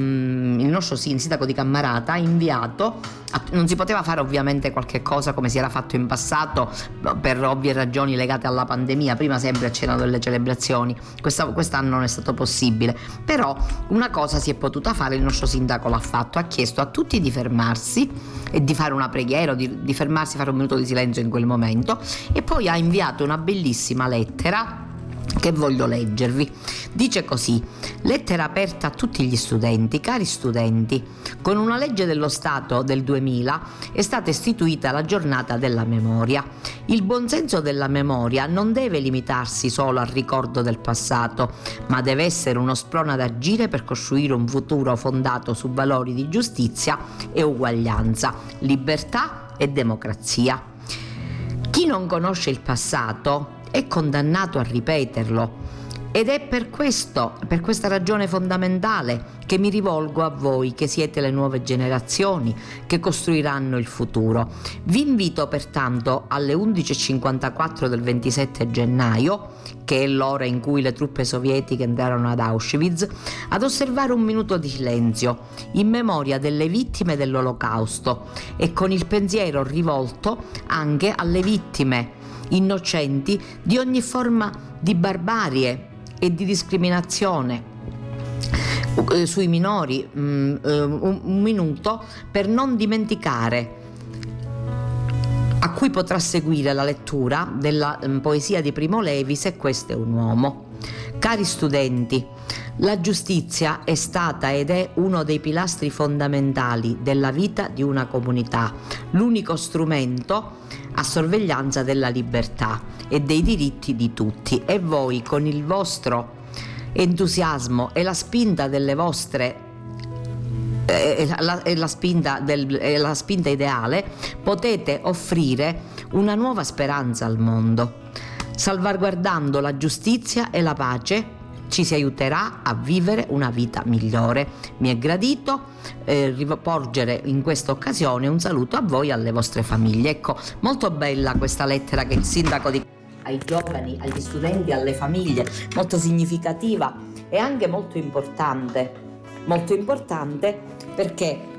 il nostro sindaco di Cammarata ha inviato, non si poteva fare ovviamente qualche cosa come si era fatto in passato per ovvie ragioni legate alla pandemia, prima sempre c'erano delle celebrazioni, Questa, quest'anno non è stato possibile, però una cosa si è potuta fare, il nostro sindaco l'ha fatto, ha chiesto a tutti di fermarsi e di fare una preghiera, di, di fermarsi, fare un minuto di silenzio in quel momento, e poi ha inviato una bellissima lettera che voglio leggervi. Dice così: lettera aperta a tutti gli studenti. Cari studenti, con una legge dello Stato del duemila è stata istituita la giornata della memoria. Il buonsenso della memoria non deve limitarsi solo al ricordo del passato, ma deve essere uno sprone ad agire per costruire un futuro fondato su valori di giustizia e uguaglianza, libertà e democrazia. Chi non conosce il passato è condannato a ripeterlo, ed è per questo, per questa ragione fondamentale, che mi rivolgo a voi che siete le nuove generazioni che costruiranno il futuro. Vi invito pertanto alle undici e cinquantaquattro del ventisette gennaio, che è l'ora in cui le truppe sovietiche entrarono ad Auschwitz, ad osservare un minuto di silenzio in memoria delle vittime dell'Olocausto e con il pensiero rivolto anche alle vittime innocenti di ogni forma di barbarie e di discriminazione sui minori. Un, un minuto per non dimenticare, a cui potrà seguire la lettura della poesia di Primo Levi, Se questo è un uomo. Cari studenti, la giustizia è stata ed è uno dei pilastri fondamentali della vita di una comunità, l'unico strumento a sorveglianza della libertà e dei diritti di tutti, e voi con il vostro entusiasmo e la spinta delle vostre e la, e la, spinta del, e la spinta ideale potete offrire una nuova speranza al mondo. Salvaguardando la giustizia e la pace ci si aiuterà a vivere una vita migliore. Mi è gradito eh, riporgere in questa occasione un saluto a voi e alle vostre famiglie. Ecco, molto bella questa lettera che il sindaco di ai giovani, agli studenti, alle famiglie, molto significativa e anche molto importante, molto importante perché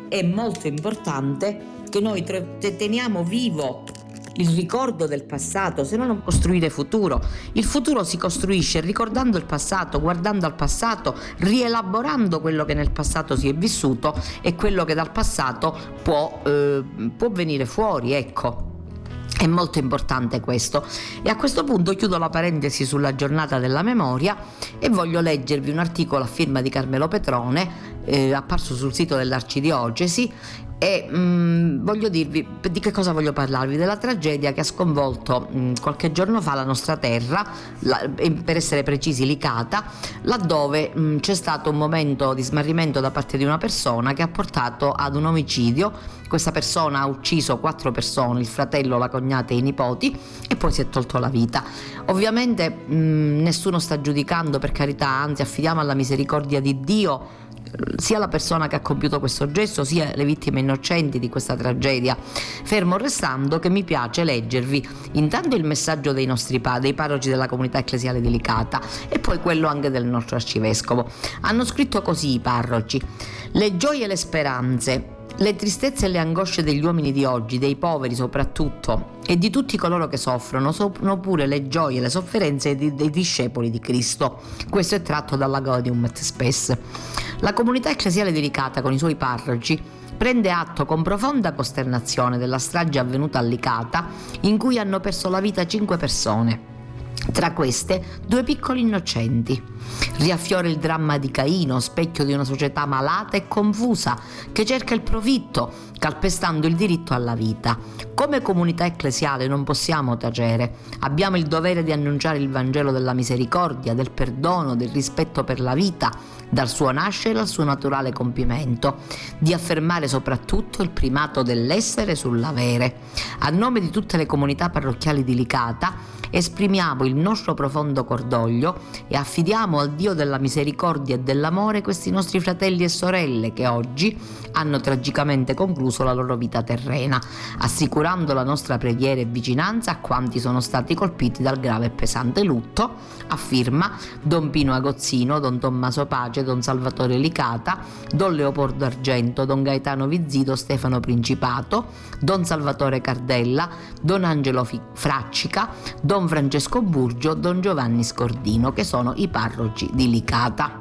è molto importante che noi teniamo vivo il ricordo del passato, se no non costruire futuro. Il futuro si costruisce ricordando il passato, guardando al passato, rielaborando quello che nel passato si è vissuto e quello che dal passato può, eh, può venire fuori, ecco. È molto importante questo. E a questo punto chiudo la parentesi sulla giornata della memoria e voglio leggervi un articolo a firma di Carmelo Petrone, eh, apparso sul sito dell'Arcidiocesi, e mh, voglio dirvi di che cosa voglio parlarvi: della tragedia che ha sconvolto mh, qualche giorno fa la nostra terra, la, per essere precisi Licata, laddove mh, c'è stato un momento di smarrimento da parte di una persona che ha portato ad un omicidio. Questa persona ha ucciso quattro persone, il fratello, la cognata e i nipoti, e poi si è tolto la vita. Ovviamente mh, nessuno sta giudicando, per carità, anzi affidiamo alla misericordia di Dio sia la persona che ha compiuto questo gesto sia le vittime innocenti di questa tragedia, fermo restando che mi piace leggervi intanto il messaggio dei nostri padri, dei parroci della comunità ecclesiale di Licata, e poi quello anche del nostro arcivescovo. Hanno scritto così i parroci: le gioie e le speranze, le tristezze e le angosce degli uomini di oggi, dei poveri soprattutto, e di tutti coloro che soffrono, sono pure le gioie e le sofferenze dei, dei discepoli di Cristo. Questo è tratto dalla Gaudium et Spes. La comunità ecclesiale di Licata, con i suoi parroci, prende atto con profonda costernazione della strage avvenuta a Licata, in cui hanno perso la vita cinque persone. Tra queste due piccoli innocenti. Riaffiora il dramma di Caino, specchio di una società malata e confusa che cerca il profitto, calpestando il diritto alla vita. Come comunità ecclesiale non possiamo tacere. Abbiamo il dovere di annunciare il Vangelo della misericordia, del perdono, del rispetto per la vita, dal suo nascere al suo naturale compimento, di affermare soprattutto il primato dell'essere sull'avere. A nome di tutte le comunità parrocchiali di Licata esprimiamo il nostro profondo cordoglio e affidiamo al Dio della misericordia e dell'amore questi nostri fratelli e sorelle che oggi hanno tragicamente concluso la loro vita terrena, assicurando la nostra preghiera e vicinanza a quanti sono stati colpiti dal grave e pesante lutto. Affirma Don Pino Agozzino, Don Tommaso Pace, Don Salvatore Licata, Don Leopoldo Argento, Don Gaetano Vizzido, Stefano Principato, Don Salvatore Cardella, Don Angelo Fraccica, Don Francesco Burgio, Don Giovanni Scordino, che sono i parroci di Licata.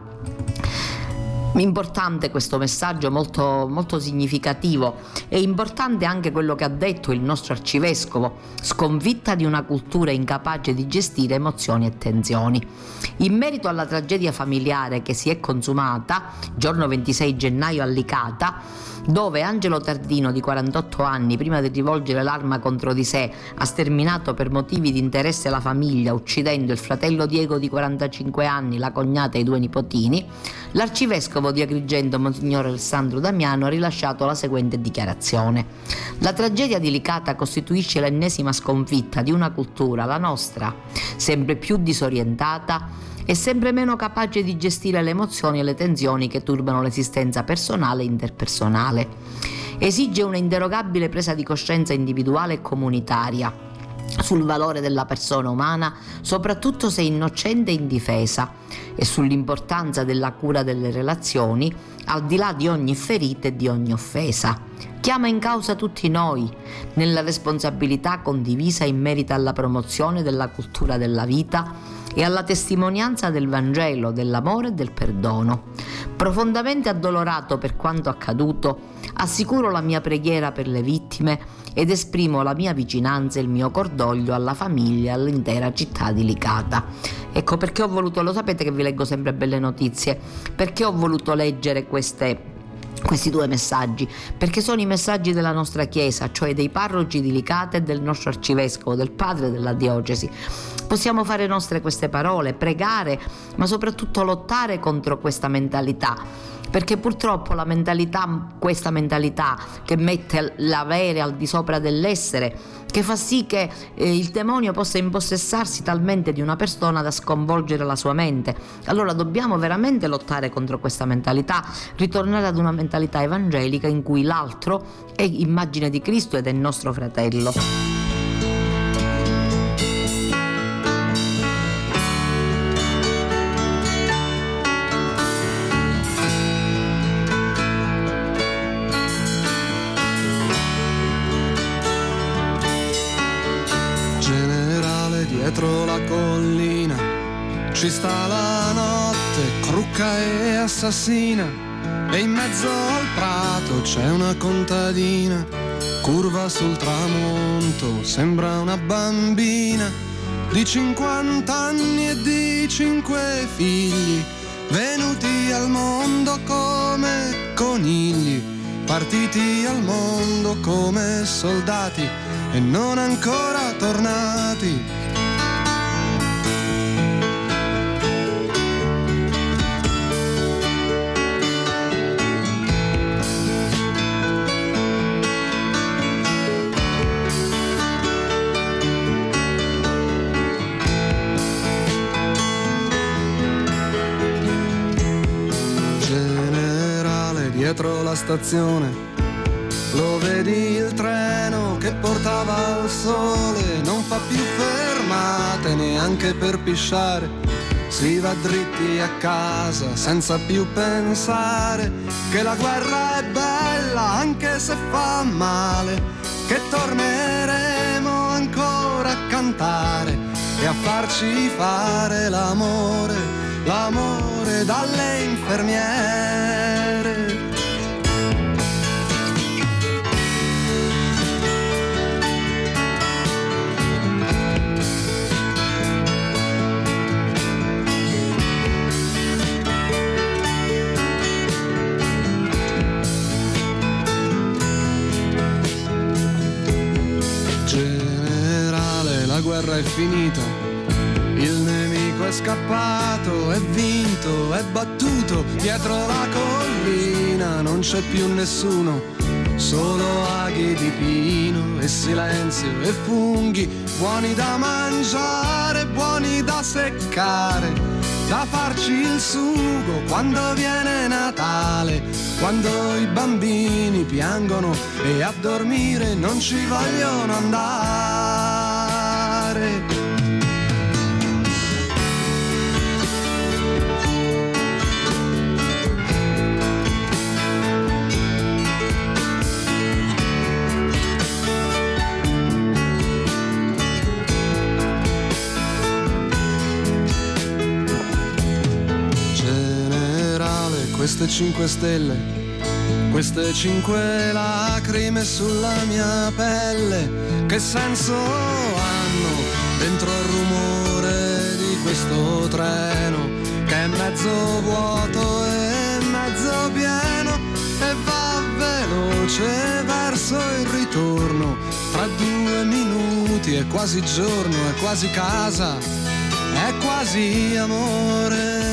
Importante questo messaggio, molto, molto significativo. È importante anche quello che ha detto il nostro arcivescovo: sconfitta di una cultura incapace di gestire emozioni e tensioni. In merito alla tragedia familiare che si è consumata giorno ventisei gennaio a Licata, dove Angelo Tardino, di quarantotto anni, prima di rivolgere l'arma contro di sé, ha sterminato per motivi di interesse la famiglia, uccidendo il fratello Diego di quarantacinque anni, la cognata e i due nipotini, l'arcivescovo di Agrigento, Monsignor Alessandro Damiano, ha rilasciato la seguente dichiarazione: la tragedia di Licata costituisce l'ennesima sconfitta di una cultura, la nostra, sempre più disorientata e sempre meno capace di gestire le emozioni e le tensioni che turbano l'esistenza personale e interpersonale. Esige una inderogabile presa di coscienza individuale e comunitaria sul valore della persona umana, soprattutto se innocente e indifesa, e sull'importanza della cura delle relazioni, al di là di ogni ferita e di ogni offesa. Chiama in causa tutti noi, nella responsabilità condivisa in merito alla promozione della cultura della vita e alla testimonianza del Vangelo, dell'amore e del perdono. Profondamente addolorato per quanto accaduto, assicuro la mia preghiera per le vittime ed esprimo la mia vicinanza e il mio cordoglio alla famiglia e all'intera città di Licata. Ecco perché ho voluto, lo sapete che vi leggo sempre belle notizie, perché ho voluto leggere queste questi due messaggi, perché sono i messaggi della nostra Chiesa, cioè dei parroci di Licata e del nostro arcivescovo, del padre della diocesi. Possiamo fare nostre queste parole, pregare, ma soprattutto lottare contro questa mentalità, perché purtroppo la mentalità, questa mentalità che mette l'avere al di sopra dell'essere, che fa sì che eh, il demonio possa impossessarsi talmente di una persona da sconvolgere la sua mente. Allora dobbiamo veramente lottare contro questa mentalità, ritornare ad una mentalità evangelica in cui l'altro è immagine di Cristo ed è nostro fratello. dietro la collina ci sta la notte, crucca e assassina, e in mezzo al prato c'è una contadina, curva sul tramonto, sembra una bambina di cinquanta anni e di cinque figli, venuti al mondo come conigli, partiti al mondo come soldati e non ancora tornati. Dietro la stazione lo vedi il treno che portava al sole, non fa più fermate neanche per pisciare, si va dritti a casa senza più pensare che la guerra è bella anche se fa male, che torneremo ancora a cantare e a farci fare l'amore, l'amore dalle infermiere. La guerra è finita, il nemico è scappato, è vinto, è battuto, dietro la collina non c'è più nessuno, solo aghi di pino e silenzio e funghi, buoni da mangiare, buoni da seccare, da farci il sugo quando viene Natale, quando i bambini piangono e a dormire non ci vogliono andare. Generale, queste cinque stelle, queste cinque lacrime sulla mia pelle, che senso hanno dentro il rumore di questo treno che è mezzo vuoto e mezzo pieno e va veloce verso il ritorno, tra due minuti è quasi giorno, è quasi casa, è quasi amore.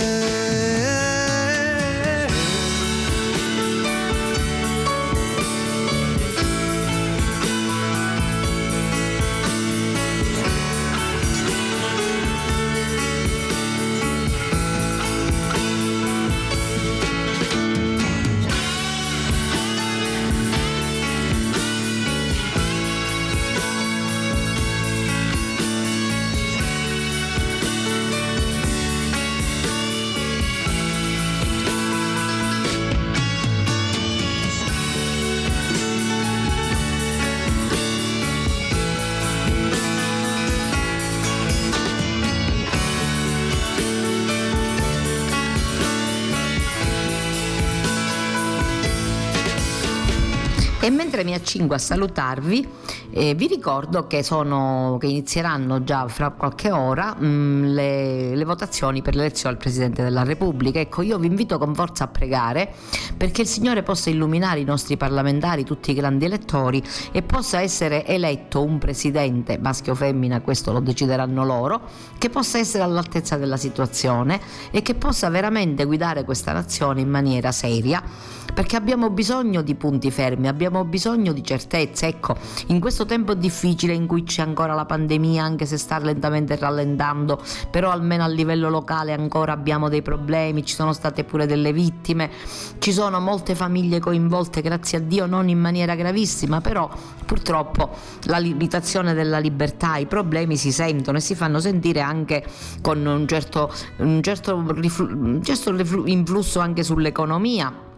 E mentre mi accingo a salutarvi, eh, vi ricordo che, sono, che inizieranno già fra qualche ora mh, le, le votazioni per l'elezione al Presidente della Repubblica. Ecco, io vi invito con forza a pregare perché il Signore possa illuminare i nostri parlamentari, tutti i grandi elettori, e possa essere eletto un Presidente, maschio o femmina, questo lo decideranno loro, che possa essere all'altezza della situazione e che possa veramente guidare questa nazione in maniera seria, perché abbiamo bisogno di punti fermi, abbiamo bisogno di certezze. Ecco, in questo tempo difficile in cui c'è ancora la pandemia, anche se sta lentamente rallentando, però almeno a livello locale ancora abbiamo dei problemi, ci sono state pure delle vittime, ci sono molte famiglie coinvolte, grazie a Dio non in maniera gravissima, però purtroppo la limitazione della libertà, i problemi si sentono e si fanno sentire anche con un certo, un certo, riflu- un certo riflu- influsso anche sull'economia.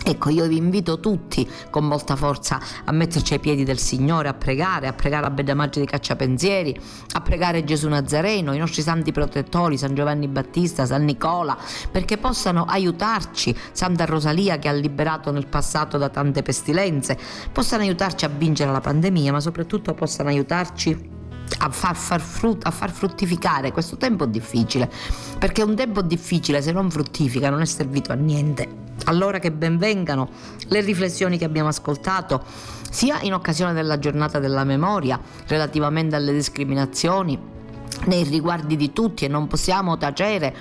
Ecco, io vi invito tutti con molta forza a metterci ai piedi del Signore, a pregare, a pregare a Bedamaggi di Cacciapensieri, a pregare Gesù Nazareno, i nostri santi protettori, San Giovanni Battista, San Nicola, perché possano aiutarci, Santa Rosalia che ha liberato nel passato da tante pestilenze, possano aiutarci a vincere la pandemia, ma soprattutto possano aiutarci a far, far frut, a far fruttificare questo tempo difficile, perché un tempo difficile se non fruttifica non è servito a niente. Allora che benvengano le riflessioni che abbiamo ascoltato sia in occasione della giornata della memoria relativamente alle discriminazioni nei riguardi di tutti, e non possiamo tacere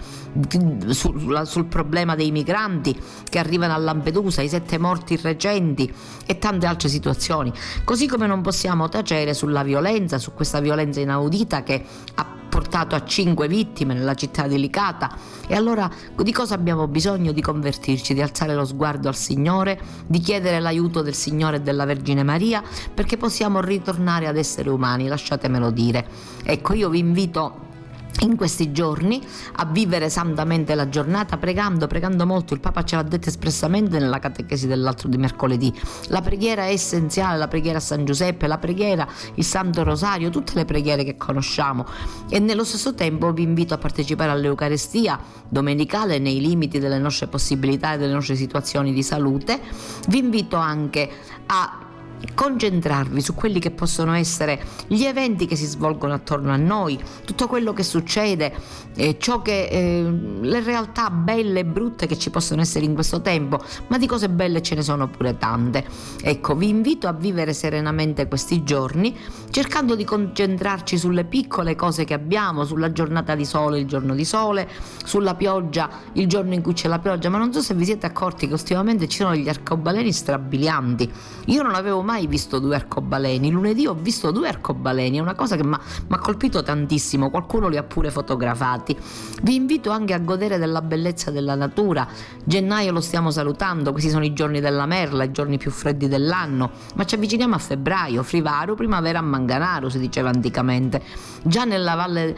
sul, sul problema dei migranti che arrivano a Lampedusa, i sette morti recenti e tante altre situazioni, così come non possiamo tacere sulla violenza, su questa violenza inaudita che ha portato a cinque vittime nella città di Licata. E allora di cosa abbiamo bisogno? Di convertirci, di alzare lo sguardo al Signore, di chiedere l'aiuto del Signore e della Vergine Maria, perché possiamo ritornare ad essere umani, lasciatemelo dire. Ecco, io vi invito in questi giorni a vivere santamente la giornata, pregando, pregando molto. Il Papa ce l'ha detto espressamente nella catechesi dell'altro di mercoledì. La preghiera è essenziale, la preghiera a San Giuseppe, la preghiera, il Santo Rosario, tutte le preghiere che conosciamo. E nello stesso tempo vi invito a partecipare all'Eucaristia domenicale nei limiti delle nostre possibilità e delle nostre situazioni di salute. Vi invito anche a concentrarvi su quelli che possono essere gli eventi che si svolgono attorno a noi, tutto quello che succede, eh, ciò che eh, le realtà belle e brutte che ci possono essere in questo tempo, ma di cose belle ce ne sono pure tante. Ecco, vi invito a vivere serenamente questi giorni, cercando di concentrarci sulle piccole cose che abbiamo, sulla giornata di sole, il giorno di sole, sulla pioggia, il giorno in cui c'è la pioggia. Ma non so se vi siete accorti che ultimamente ci sono degli arcobaleni strabilianti. Io non avevo mai visto due arcobaleni, lunedì ho visto due arcobaleni, è una cosa che mi ha colpito tantissimo, qualcuno li ha pure fotografati. Vi invito anche a godere della bellezza della natura. Gennaio lo stiamo salutando, questi sono i giorni della merla, i giorni più freddi dell'anno, ma ci avviciniamo a febbraio, Frivaru, primavera a Manganaro si diceva anticamente. Già nella valle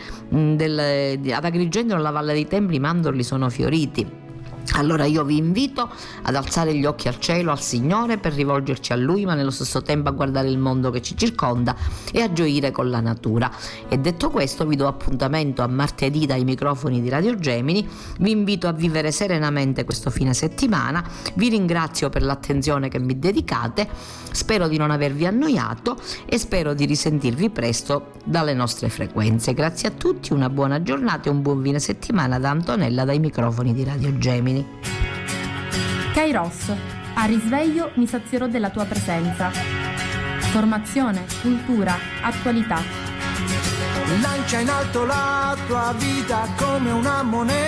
del, ad Agrigento, nella valle dei Templi, i mandorli sono fioriti. Allora io vi invito ad alzare gli occhi al cielo, al Signore, per rivolgerci a Lui, ma nello stesso tempo a guardare il mondo che ci circonda e a gioire con la natura. E detto questo, vi do appuntamento a martedì dai microfoni di Radio Gemini. Vi invito a vivere serenamente questo fine settimana. Vi ringrazio per l'attenzione che mi dedicate, spero di non avervi annoiato e spero di risentirvi presto dalle nostre frequenze. Grazie a tutti, una buona giornata e un buon fine settimana da Antonella dai microfoni di Radio Gemini. Kairos, a risveglio mi sazierò della tua presenza. Formazione, cultura, attualità. Lancia in alto la tua vita come una moneta.